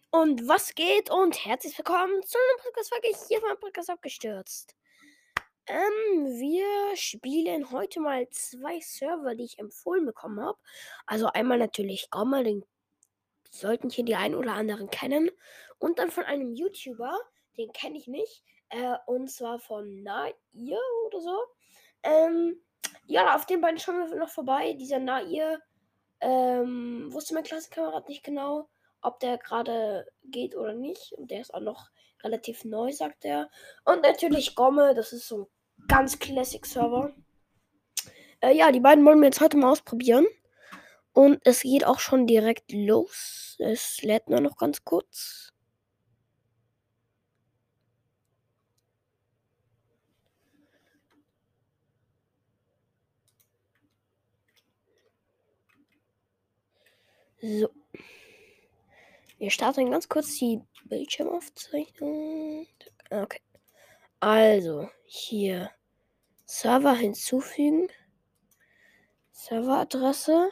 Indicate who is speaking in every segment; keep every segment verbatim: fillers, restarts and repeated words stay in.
Speaker 1: Und was geht? Und herzlich willkommen zu einer Podcast-Folge hier von Podcast abgestürzt. Ähm, wir spielen heute mal zwei Server, die ich empfohlen bekommen habe. Also einmal natürlich Gomma, den sollten hier die einen oder anderen kennen. Und dann von einem YouTuber, den kenne ich nicht. Äh, und zwar von Nair oder so. Ähm, ja, auf den beiden schauen wir noch vorbei. Dieser Nair, ähm, wusste mein Klassenkamerad nicht genau, ob der gerade geht oder nicht. Und der ist auch noch relativ neu, sagt er. Und natürlich Gomme, das ist so ein ganz Classic-Server. Äh, ja, die beiden wollen wir jetzt heute mal ausprobieren. Und es geht auch schon direkt los. Es lädt nur noch ganz kurz. So. Wir starten ganz kurz die Bildschirmaufzeichnung. Okay. Also, hier Server hinzufügen. Serveradresse.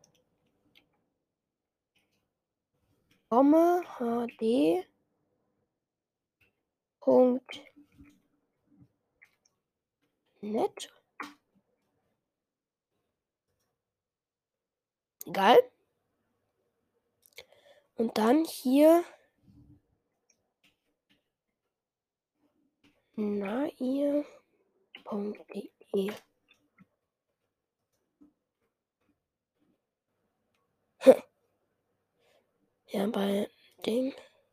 Speaker 1: Gomme hd. Punkt net. Egal. Und dann hier nair punkt de. Ja, bei Ding.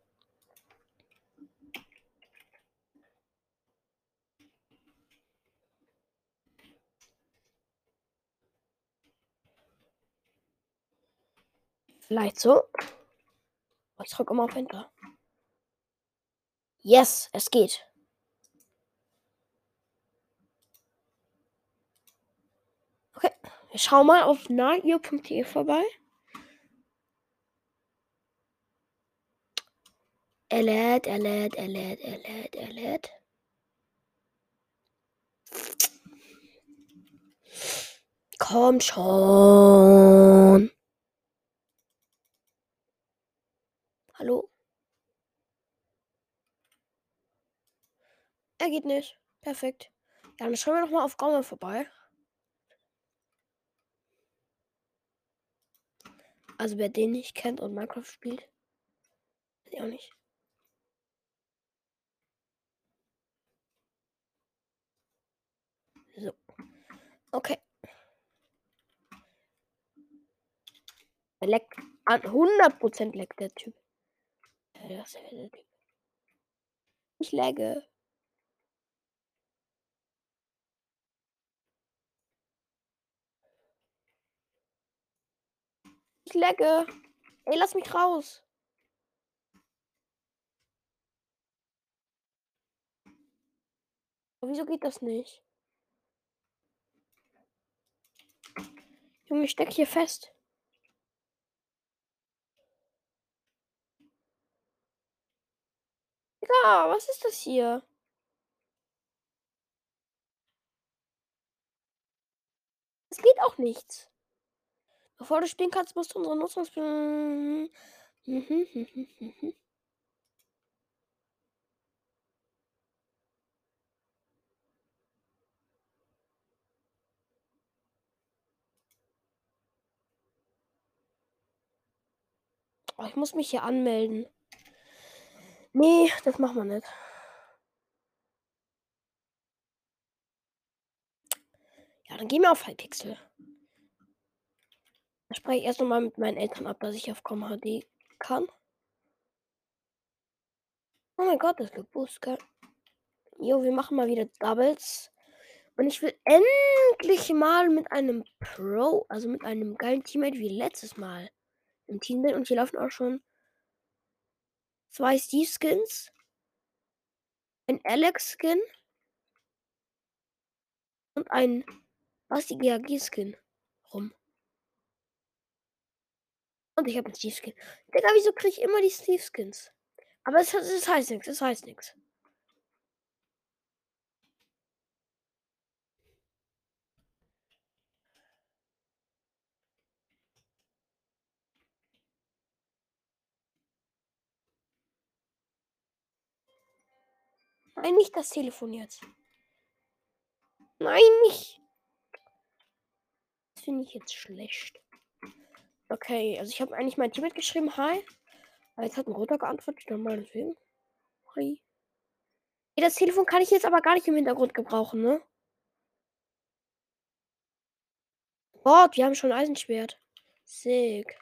Speaker 1: Vielleicht so. Ich drücke immer auf Enter. Yes, es geht. Okay, wir schauen mal auf nair punkt de vorbei. Er lädt, er lädt, er lädt, er lädt, er lädt. Komm schon. Hallo? Er geht nicht. Perfekt. Ja, dann schauen wir noch mal auf Gomme vorbei. Also wer den nicht kennt und Minecraft spielt, weiß ich auch nicht. So. Okay. Er leckt. An hundert Prozent leckt der Typ. Ja, das ist der Typ. Ich lagge. Ich lagge. Ey, lass mich raus. Aber wieso geht das nicht? Junge, ich steck hier fest. Ja, was ist das hier? Es geht auch nichts. Bevor du spielen kannst, musst du unsere Nutzungsbedingungen. Oh, ich muss mich hier anmelden. Nee, das machen wir nicht. Ja, dann gehen wir auf Hypixel. Dann spreche ich erst nochmal mit meinen Eltern ab, dass ich auf Com H D kann. Oh mein Gott, das Geburtstag. Jo, wir machen mal wieder Doubles. Und ich will endlich mal mit einem Pro, also mit einem geilen Teammate wie letztes Mal im Team bin. Und hier laufen auch schon zwei Steve-Skins, ein Alex-Skin und ein Basti G A G-Skin rum. Und ich habe einen Steve-Skin. Digga, wieso kriege ich immer die Steve-Skins? Aber es, es heißt nichts, es heißt nichts. Nein, nicht das Telefon jetzt. Nein, nicht. Das finde ich jetzt schlecht. Okay, also ich habe eigentlich mein Teammate geschrieben, hi. Aber jetzt hat ein Roter geantwortet, dann meinetwegen. Hi. Hey, das Telefon kann ich jetzt aber gar nicht im Hintergrund gebrauchen, ne? Gott, wir haben schon ein Eisenschwert. Sick.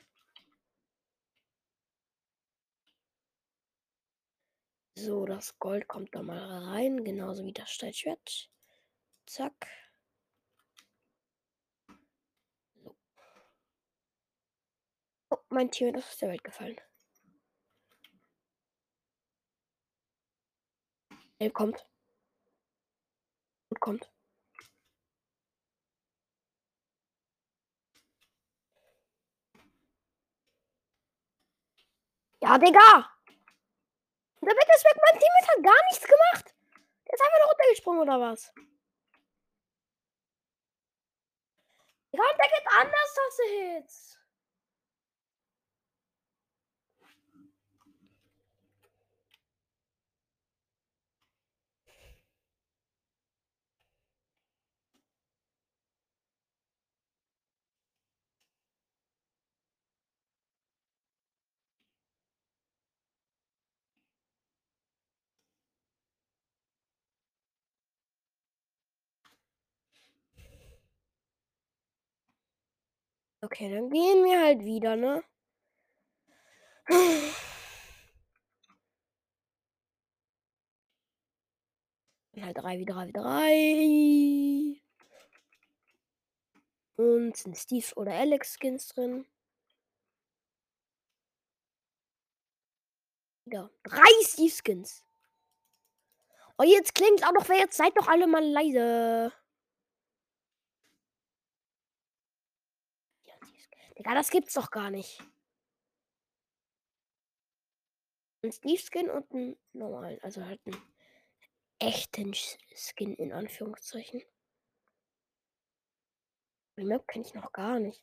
Speaker 1: So, das Gold kommt da mal rein, genauso wie das Steinschwert. Zack. So. Oh, mein Teammate ist aus der Welt gefallen. Er kommt. Und kommt. Ja, Digga! Der Bett ist weg, mein Teammate hat gar nichts gemacht. Der ist einfach nur runtergesprungen, oder was? Ja, der geht anders, das Hits. Okay, dann gehen wir halt wieder, ne? Und halt drei wie drei wie drei. Und sind Steve oder Alex Skins drin. Ja, drei Steve Skins. Oh, jetzt klingt auch noch wer. Jetzt seid doch alle mal leise. Ja, Digga, das gibt's doch gar nicht. Ein Steve Skin und einen normalen, also halt einen echten Skin in Anführungszeichen. Die Map kenne ich noch gar nicht.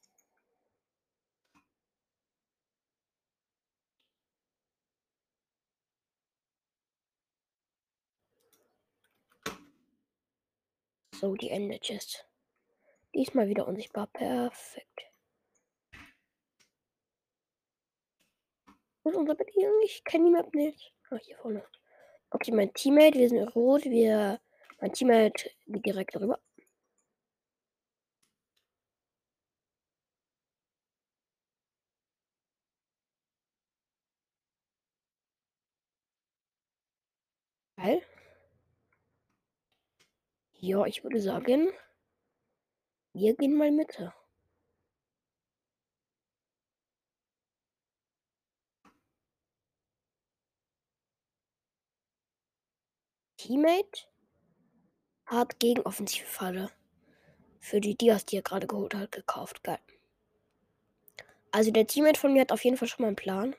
Speaker 1: So, die Ende Chest. Diesmal wieder unsichtbar. Perfekt. Wo ist unser Bett hier? Ich kenne die Map nicht. Ah, hier vorne. Okay, mein Teammate, wir sind rot. Wir, mein Teammate geht direkt rüber. Geil. Ja, ich würde sagen, wir gehen mal Mitte. Teammate hat Gegenoffensive Falle für die Dias, die er gerade geholt hat, gekauft. Geil. Also der Teammate von mir hat auf jeden Fall schon mal einen Plan.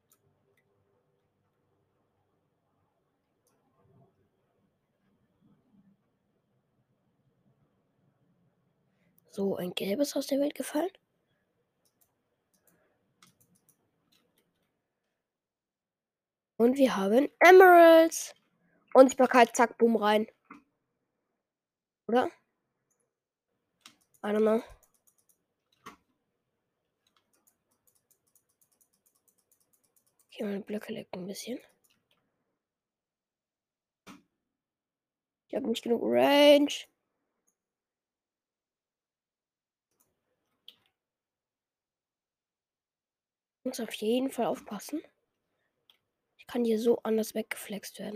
Speaker 1: So, ein gelbes aus der Welt gefallen. Und wir haben Emeralds. Unsichtbarkeit, zack, boom, rein. Oder? I don't know. Hier meine Blöcke lecken ein bisschen. Ich habe nicht genug Range. Ich muss auf jeden Fall aufpassen. Ich kann hier so anders weggeflext werden.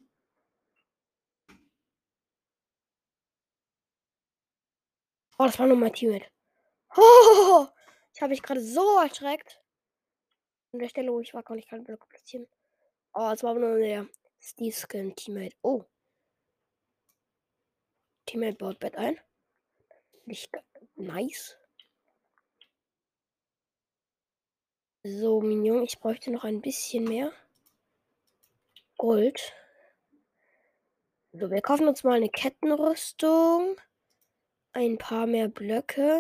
Speaker 1: Oh, das war nur mein Teammate. Oh, ich habe mich gerade so erschreckt. An der Stelle, wo ich war, kann ich keinen Block platzieren. Oh, es war nur der Steve Skin Teammate. Oh. Teammate baut Bett ein. Nicht nice. So, Minion, ich bräuchte noch ein bisschen mehr Gold. So, wir kaufen uns mal eine Kettenrüstung. Ein paar mehr Blöcke.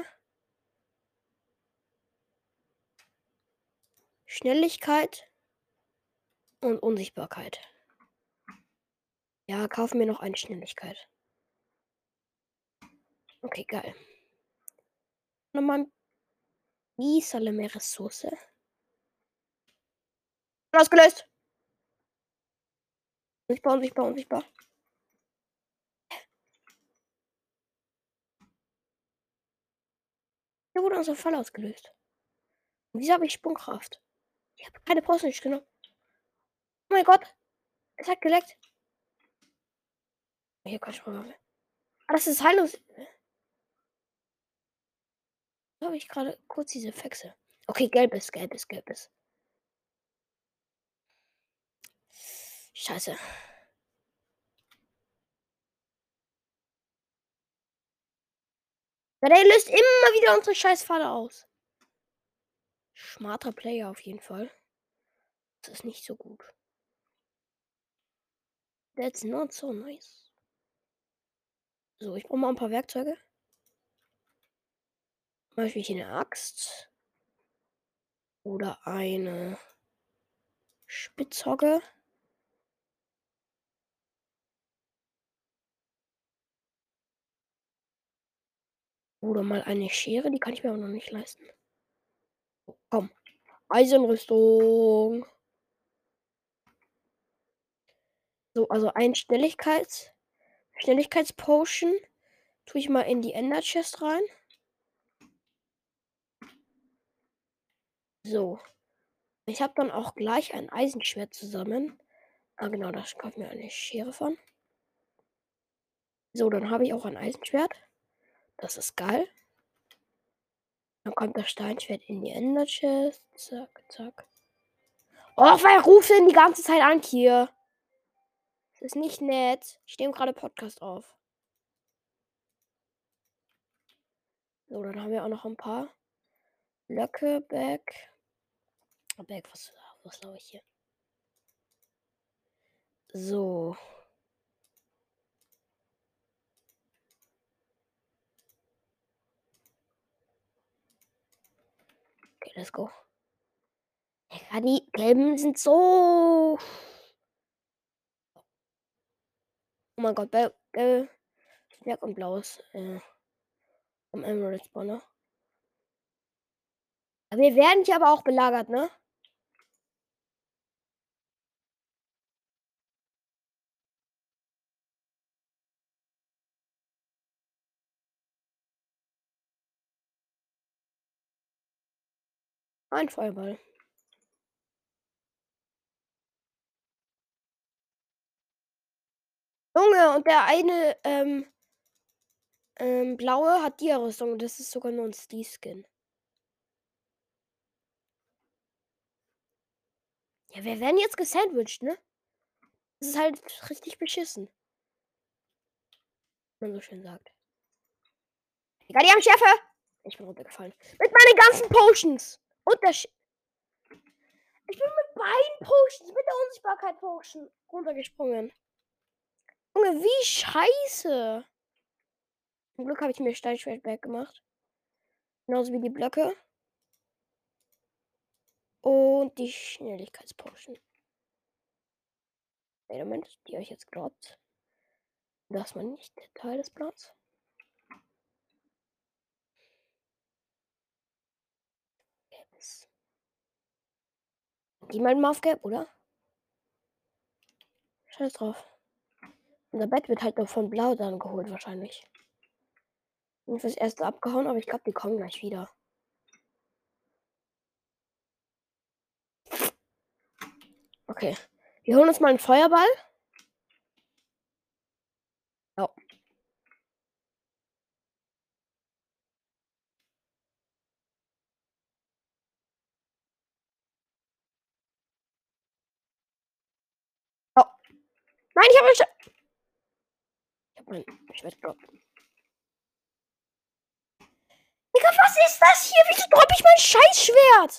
Speaker 1: Schnelligkeit und Unsichtbarkeit. Ja, kaufen wir noch eine Schnelligkeit. Okay, geil. Nochmal ein bisschen mehr Ressource. Ausgelöst. Unsichtbar, unsichtbar, unsichtbar. Hier wurde unser Fall ausgelöst. Und wieso habe ich Sprungkraft? Ich habe keine Post nicht genommen. Oh mein Gott. Es hat geleckt. Hier kann ich mal. Ah, das ist heillos. Da habe ich gerade kurz diese Fexe. Okay, gelbes, gelbes, gelbes. Scheiße. Ja, der löst immer wieder unsere Scheißfalle aus. Smarter Player auf jeden Fall. Das ist nicht so gut. That's not so nice. So, ich brauche mal ein paar Werkzeuge. Zum Beispiel hier eine Axt. Oder eine Spitzhacke. Oder mal eine Schere, die kann ich mir aber noch nicht leisten. So, komm. Eisenrüstung. So, also ein Schnelligkeits Schnelligkeitspotion tue ich mal in die Ender Chest rein. So. Ich habe dann auch gleich ein Eisenschwert zusammen. Ah, genau, da kommt mir eine Schere von. So, dann habe ich auch ein Eisenschwert. Das ist geil. Dann kommt das Steinschwert in die Ender Chest. Zack, zack. Och, wer ruft denn die ganze Zeit an hier? Das ist nicht nett. Ich nehme gerade Podcast auf. So, dann haben wir auch noch ein paar Blöcke. Back. Back, was, was glaube ich hier? So. Okay, let's go. Ja, die gelben sind so. Oh mein Gott, gelb, gelb, Berg und blaues. Äh, am Emerald Spawner. Wir werden hier aber auch belagert, ne? Ein Feuerball. Junge, und der eine ähm, ähm, blaue hat die Rüstung. Das ist sogar nur ein Steve-Skin. Ja, wir werden jetzt gesandwiched, ne? Das ist halt richtig beschissen. Wie man so schön sagt. Egal, die haben Schärfe! Ich bin runtergefallen. Mit meinen ganzen Potions! Und der Sch Ich bin mit beiden Potions, mit der Unsichtbarkeit Potion runtergesprungen. Junge, wie scheiße. Zum Glück habe ich mir Steinschwert weggemacht. Genauso wie die Blöcke. Und die Schnelligkeitspotion. Wait, Moment, die habe ich jetzt gedroppt. Das war nicht Teil des Plans. Gelbes. Die mal auf Gelb, oder? Scheiß drauf. Unser Bett wird halt noch von Blau dann geholt, wahrscheinlich. Und fürs erste abgehauen, aber ich glaube, die kommen gleich wieder. Okay. Wir holen uns mal einen Feuerball. Ja. Oh. Nein, ich habe ein Schwert. Ich habe mein Schwert gedroppt. Digga, was ist das hier? Wieso droppe ich mein Scheißschwert?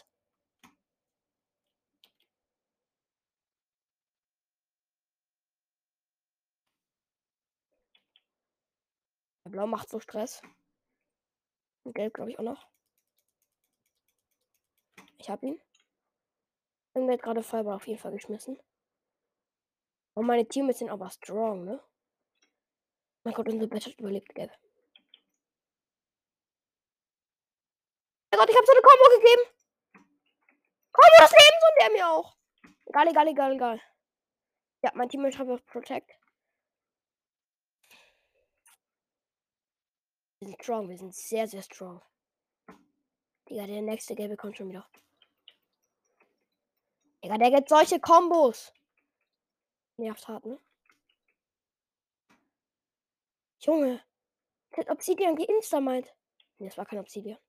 Speaker 1: Der Blau macht so Stress. Und Gelb, glaube ich, auch noch. Ich habe ihn. Irgendwer hat gerade Feuerball auf jeden Fall geschmissen. Und meine Teammates sind aber strong, ne? Mein Gott, unser Bett hat überlebt, Gelb. Mein Gott, ich habe so eine Combo gegeben. Combo des Lebens und der mir auch. Egal, egal, egal, egal. Ja, mein Teammate hat auf Protect. Wir sind strong, wir sind sehr, sehr strong. Digga, der nächste Gelbe kommt schon wieder. Digga, der gibt solche Kombos. Nervt hart, ne? Junge. Der hat Obsidian geinstamind. Ne, das war kein Obsidian.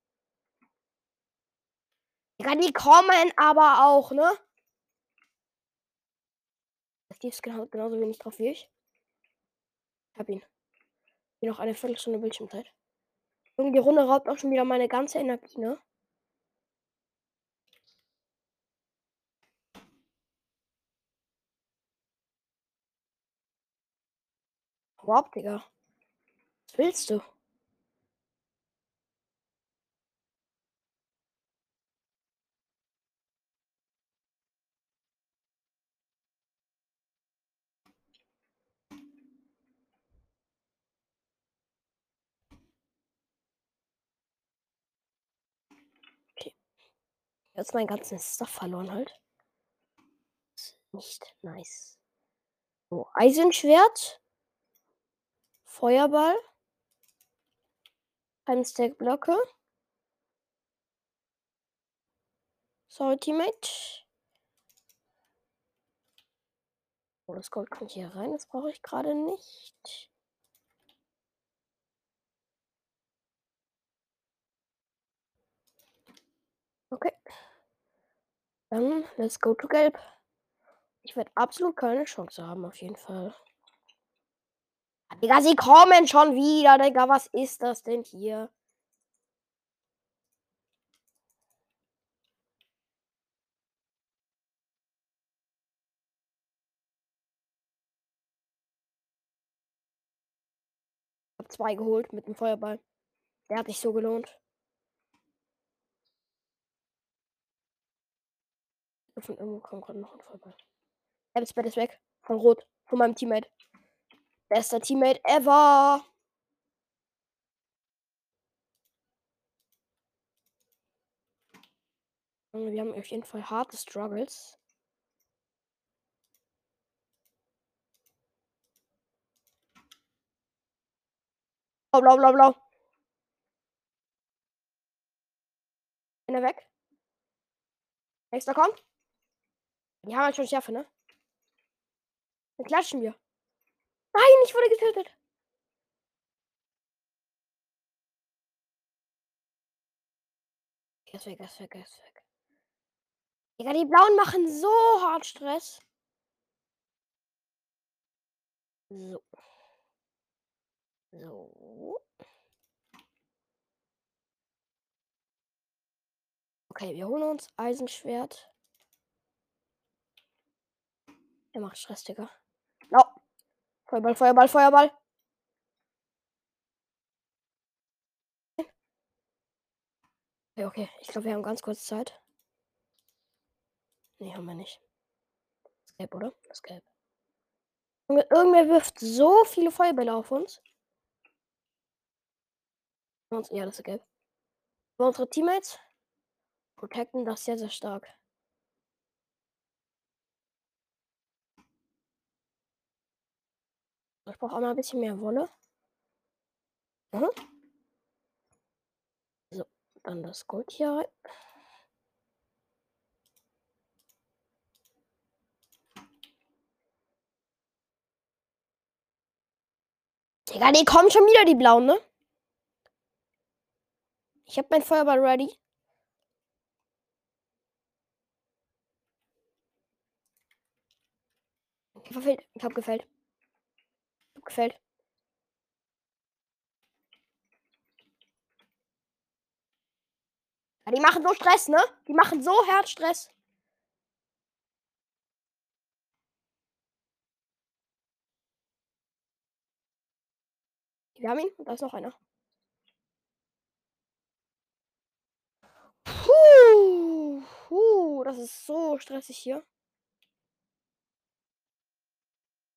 Speaker 1: Digga, die kommen aber auch, ne? Steve ist genau, genauso wenig drauf wie ich. Ich hab ihn. Hier noch eine Viertelstunde Bildschirmzeit. Junge, die Runde raubt auch schon wieder meine ganze Energie, ne? Überhaupt, Digga. Was willst du? Okay. Jetzt meinen ganzen Stuff verloren halt. Nicht nice. So, Eisenschwert. Feuerball. Ein Stack Blöcke. Sorry, Teammate. Oh, das Gold kommt hier rein. Das brauche ich gerade nicht. Okay. Dann let's go to Gelb. Ich werde absolut keine Chance haben, auf jeden Fall. Digga, sie kommen schon wieder, Digga. Was ist das denn hier? Ich habe zwei geholt mit dem Feuerball. Der hat sich so gelohnt. Von irgendwo kommt gerade noch ein Feuerball. Ja, das Bett ist weg. Von Rot. Von meinem Teammate. Bester Teammate ever. Wir haben auf jeden Fall harte Struggles. Blau, blau, blau, blau. Einer weg. Nächster kommt. Die haben halt schon Schärfe, ne? Dann klatschen wir. Nein, ich wurde getötet. Er ist weg, er ist weg, er ist weg. Digga, die Blauen machen so hart Stress. So. So. Okay, wir holen uns Eisenschwert. Er macht Stress, Digga. No. Feuerball, Feuerball, Feuerball. Okay, okay. Ich glaube, wir haben ganz kurz Zeit. Nee, haben wir nicht. Das ist gelb, oder? Das ist gelb. Irgendwer wirft so viele Feuerbälle auf uns. Ja, das ist gelb. Unsere Teammates protecten das sehr, sehr stark. Ich brauche auch mal ein bisschen mehr Wolle. Mhm. So, dann das Gold hier rein. Digga, die kommen schon wieder, die Blauen, ne? Ich habe mein Feuerball ready. Ich hab gefällt. Ich hab gefällt. Ich hab gefällt. Ja, die machen so Stress, ne? Die machen so hart Stress. Wir haben ihn. Da ist noch einer. Puh, puh, das ist so stressig hier.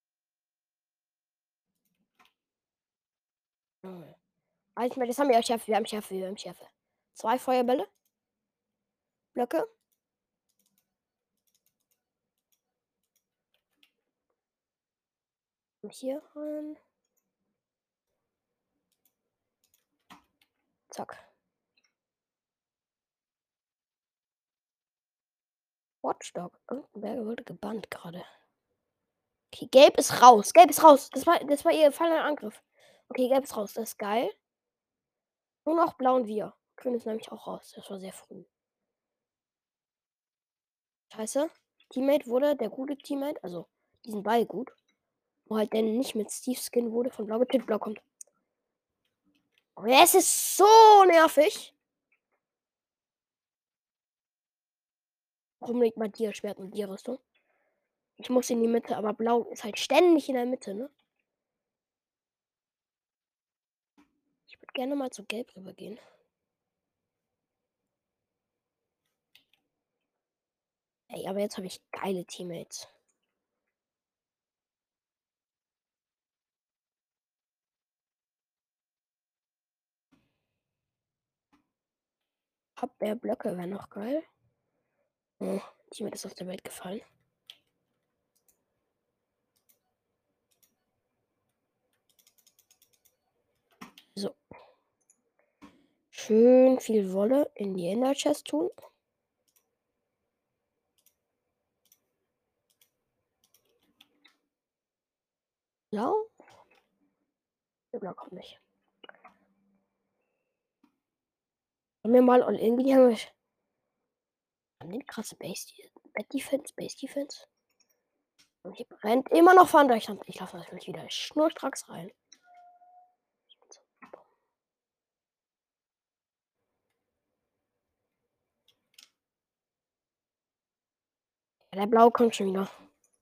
Speaker 1: Ah, ich meine, das haben wir ja Schärfe. Wir haben Schärfe, wir haben Schärfe. Zwei Feuerbälle. Blöcke. Und hier rein. Zack. Watchdog. Irgendein wurde gebannt gerade. Okay, gelb ist raus. Gelb ist raus. Das war, das war ihr fallender Angriff. Okay, gelb ist raus. Das ist geil. Nur noch blau und wir. Grün ist nämlich auch raus. Das war sehr früh. Scheiße. Teammate wurde, der gute Teammate, also diesen Ball gut, wo halt der nicht mit Steve Skin wurde, von blau getötet. Blau kommt. Oh, es ist so nervig. Warum legt man dir Schwert und dir Rüstung? Ich muss in die Mitte, aber blau ist halt ständig in der Mitte, ne? Ich würde gerne mal zu gelb rübergehen. Ey, aber jetzt habe ich geile Teammates. Hab der Blöcke wäre noch geil. Oh, Teammate ist auf der Welt gefallen. So. Schön viel Wolle in die Ender Chest tun. Blau? Der Blau kommt nicht. Haben wir mal und irgendwie haben wir. Haben die krasse Base Defense? Base Defense? Und hier brennt immer noch Fahnder. Ich, ich lasse natürlich wieder schnurstracks rein. Ja, der Blau kommt schon wieder.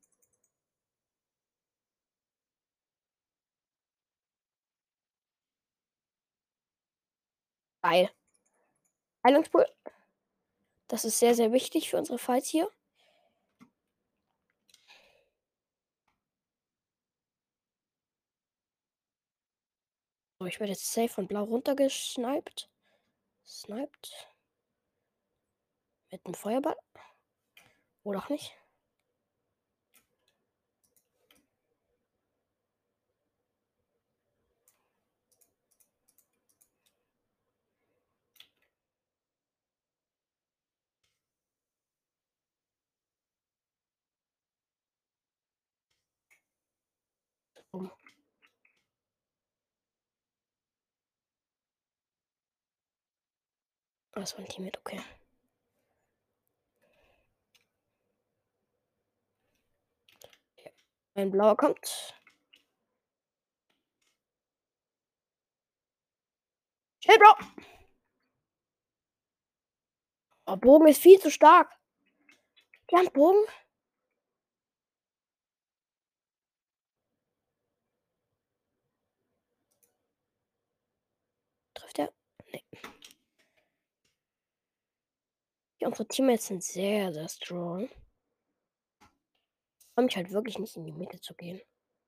Speaker 1: Geil. Heilungspool. Das ist sehr, sehr wichtig für unsere Fights hier. So, ich werde jetzt safe von Blau runtergesniped. Sniped. Mit einem Feuerball. Oder auch nicht. Um. Das war ein Teammate, okay. Ein Blauer kommt. Schnell, Blau! Oh, Bogen ist viel zu stark. Die haben Bogen. Trifft er? Nee. Ja, unsere Teammates sind sehr, sehr strong. Ich freue mich halt wirklich nicht in die Mitte zu gehen.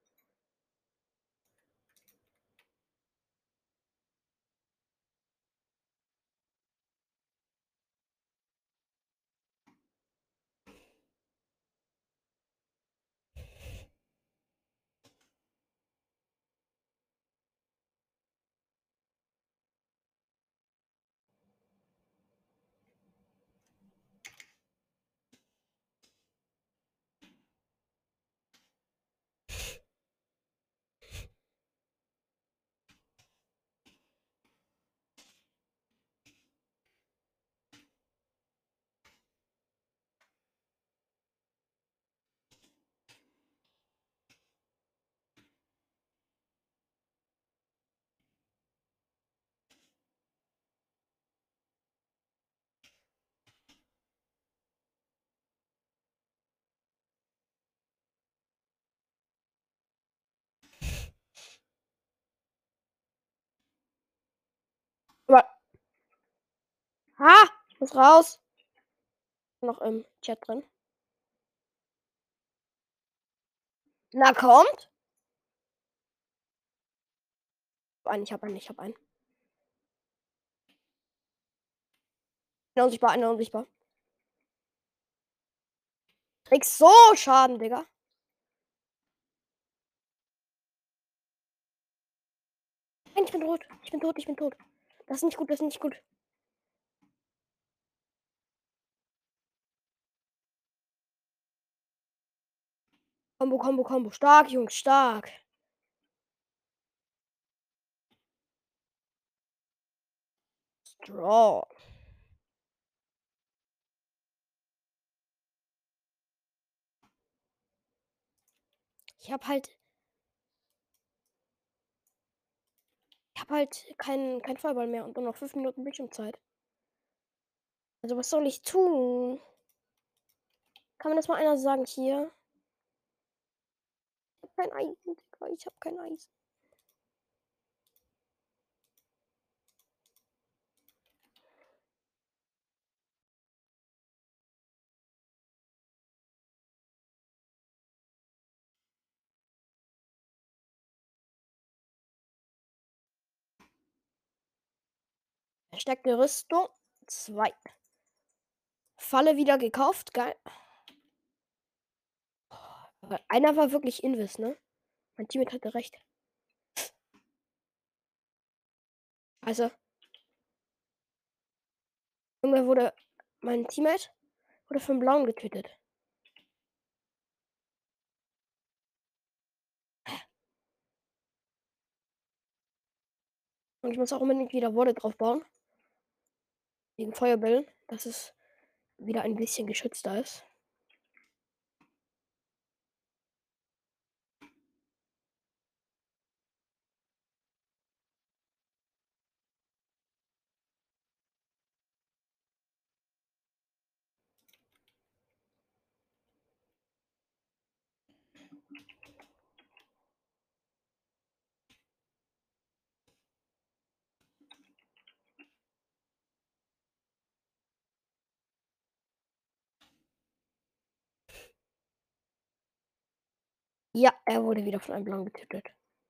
Speaker 1: Aber. Ha! Ich muss raus. Noch im Chat drin. Na, kommt. Einen, ich hab einen, ich hab einen. Einer unsichtbar, einer unsichtbar. Kriegst so Schaden, Digga. Nein, ich bin tot. Ich bin tot, ich bin tot. Das ist nicht gut, das ist nicht gut. Combo, Combo, Combo. Stark, Jungs, stark. Strong. Ich hab halt. Ich hab halt keinen kein Feuerball mehr und nur noch fünf Minuten Bildschirmzeit. Also was soll ich tun? Kann mir das mal einer sagen hier? Ich hab kein Eisen, Digga. Ich hab kein Eisen. Versteckte Rüstung. Zwei. Falle wieder gekauft. Geil. Aber einer war wirklich Invis, ne? Mein Teammate hatte recht. Also, irgendwer wurde. Mein Teammate wurde vom Blauen getötet. Und ich muss auch unbedingt wieder Wolle drauf bauen. Wegen Feuerbällen. Dass es wieder ein bisschen geschützter ist. Ja, er wurde wieder von einem Blauen getötet.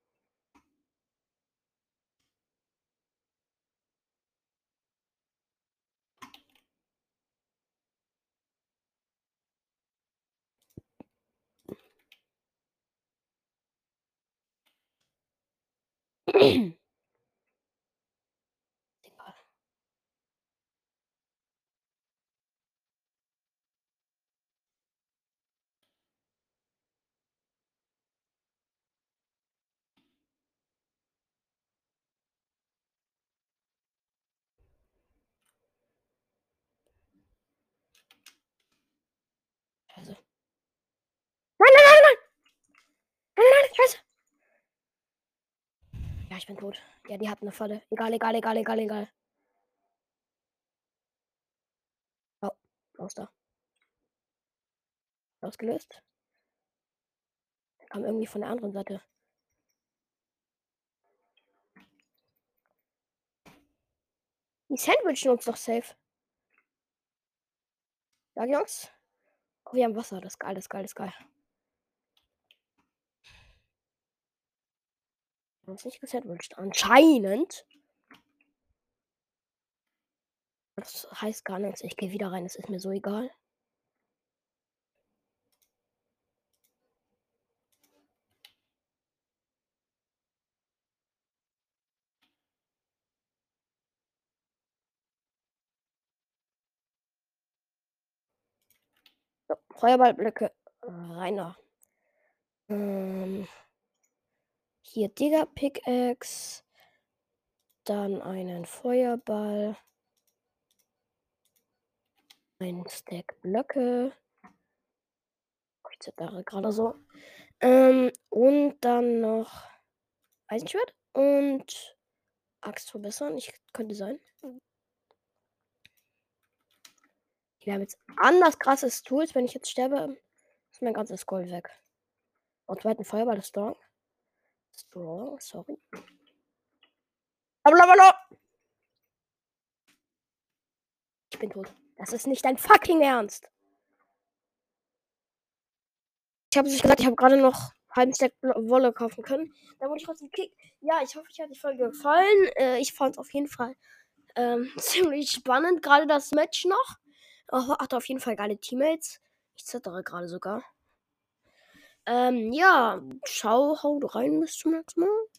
Speaker 1: Also. Nein, nein, nein, nein! Nein, nein, nein, scheiße! Ja, ich bin tot. Ja, die hatten eine Falle. Egal, egal, egal, egal, egal. Oh, raus da. Ausgelöst. Der kam irgendwie von der anderen Seite. Die sandwichen uns doch safe. Ja, Jungs. Oh, wir haben Wasser. Das ist geil, das ist geil, das ist geil. Wir haben uns nicht gesandwiched. Anscheinend. Das heißt gar nichts. Ich gehe wieder rein. Das ist mir so egal. So, Feuerballblöcke. Reiner. Ähm, hier Digger Pickaxe. Dann einen Feuerball. Ein Stack Blöcke. Ich zittere gerade so. Ähm, und dann noch Eisenschwert und Axt verbessern. Ich könnte sein. Wir haben jetzt anders krasses Tools. Wenn ich jetzt sterbe, ist mein ganzes Gold weg. Und zweiten Feuerball ist strong. Strong, sorry. Blablabla. Ich bin tot. Das ist nicht dein fucking Ernst. Ich habe sich gesagt, ich habe gerade noch halben Stack Wolle kaufen können. Da wurde ich trotzdem gekickt. Ja, ich hoffe, euch hat die Folge gefallen. Äh, ich fand es auf jeden Fall Ähm, ziemlich spannend, gerade das Match noch. Oh, hat auf jeden Fall geile Teammates. Ich zittere gerade sogar. Ähm, ja, ciao, haut rein, bis zum nächsten Mal.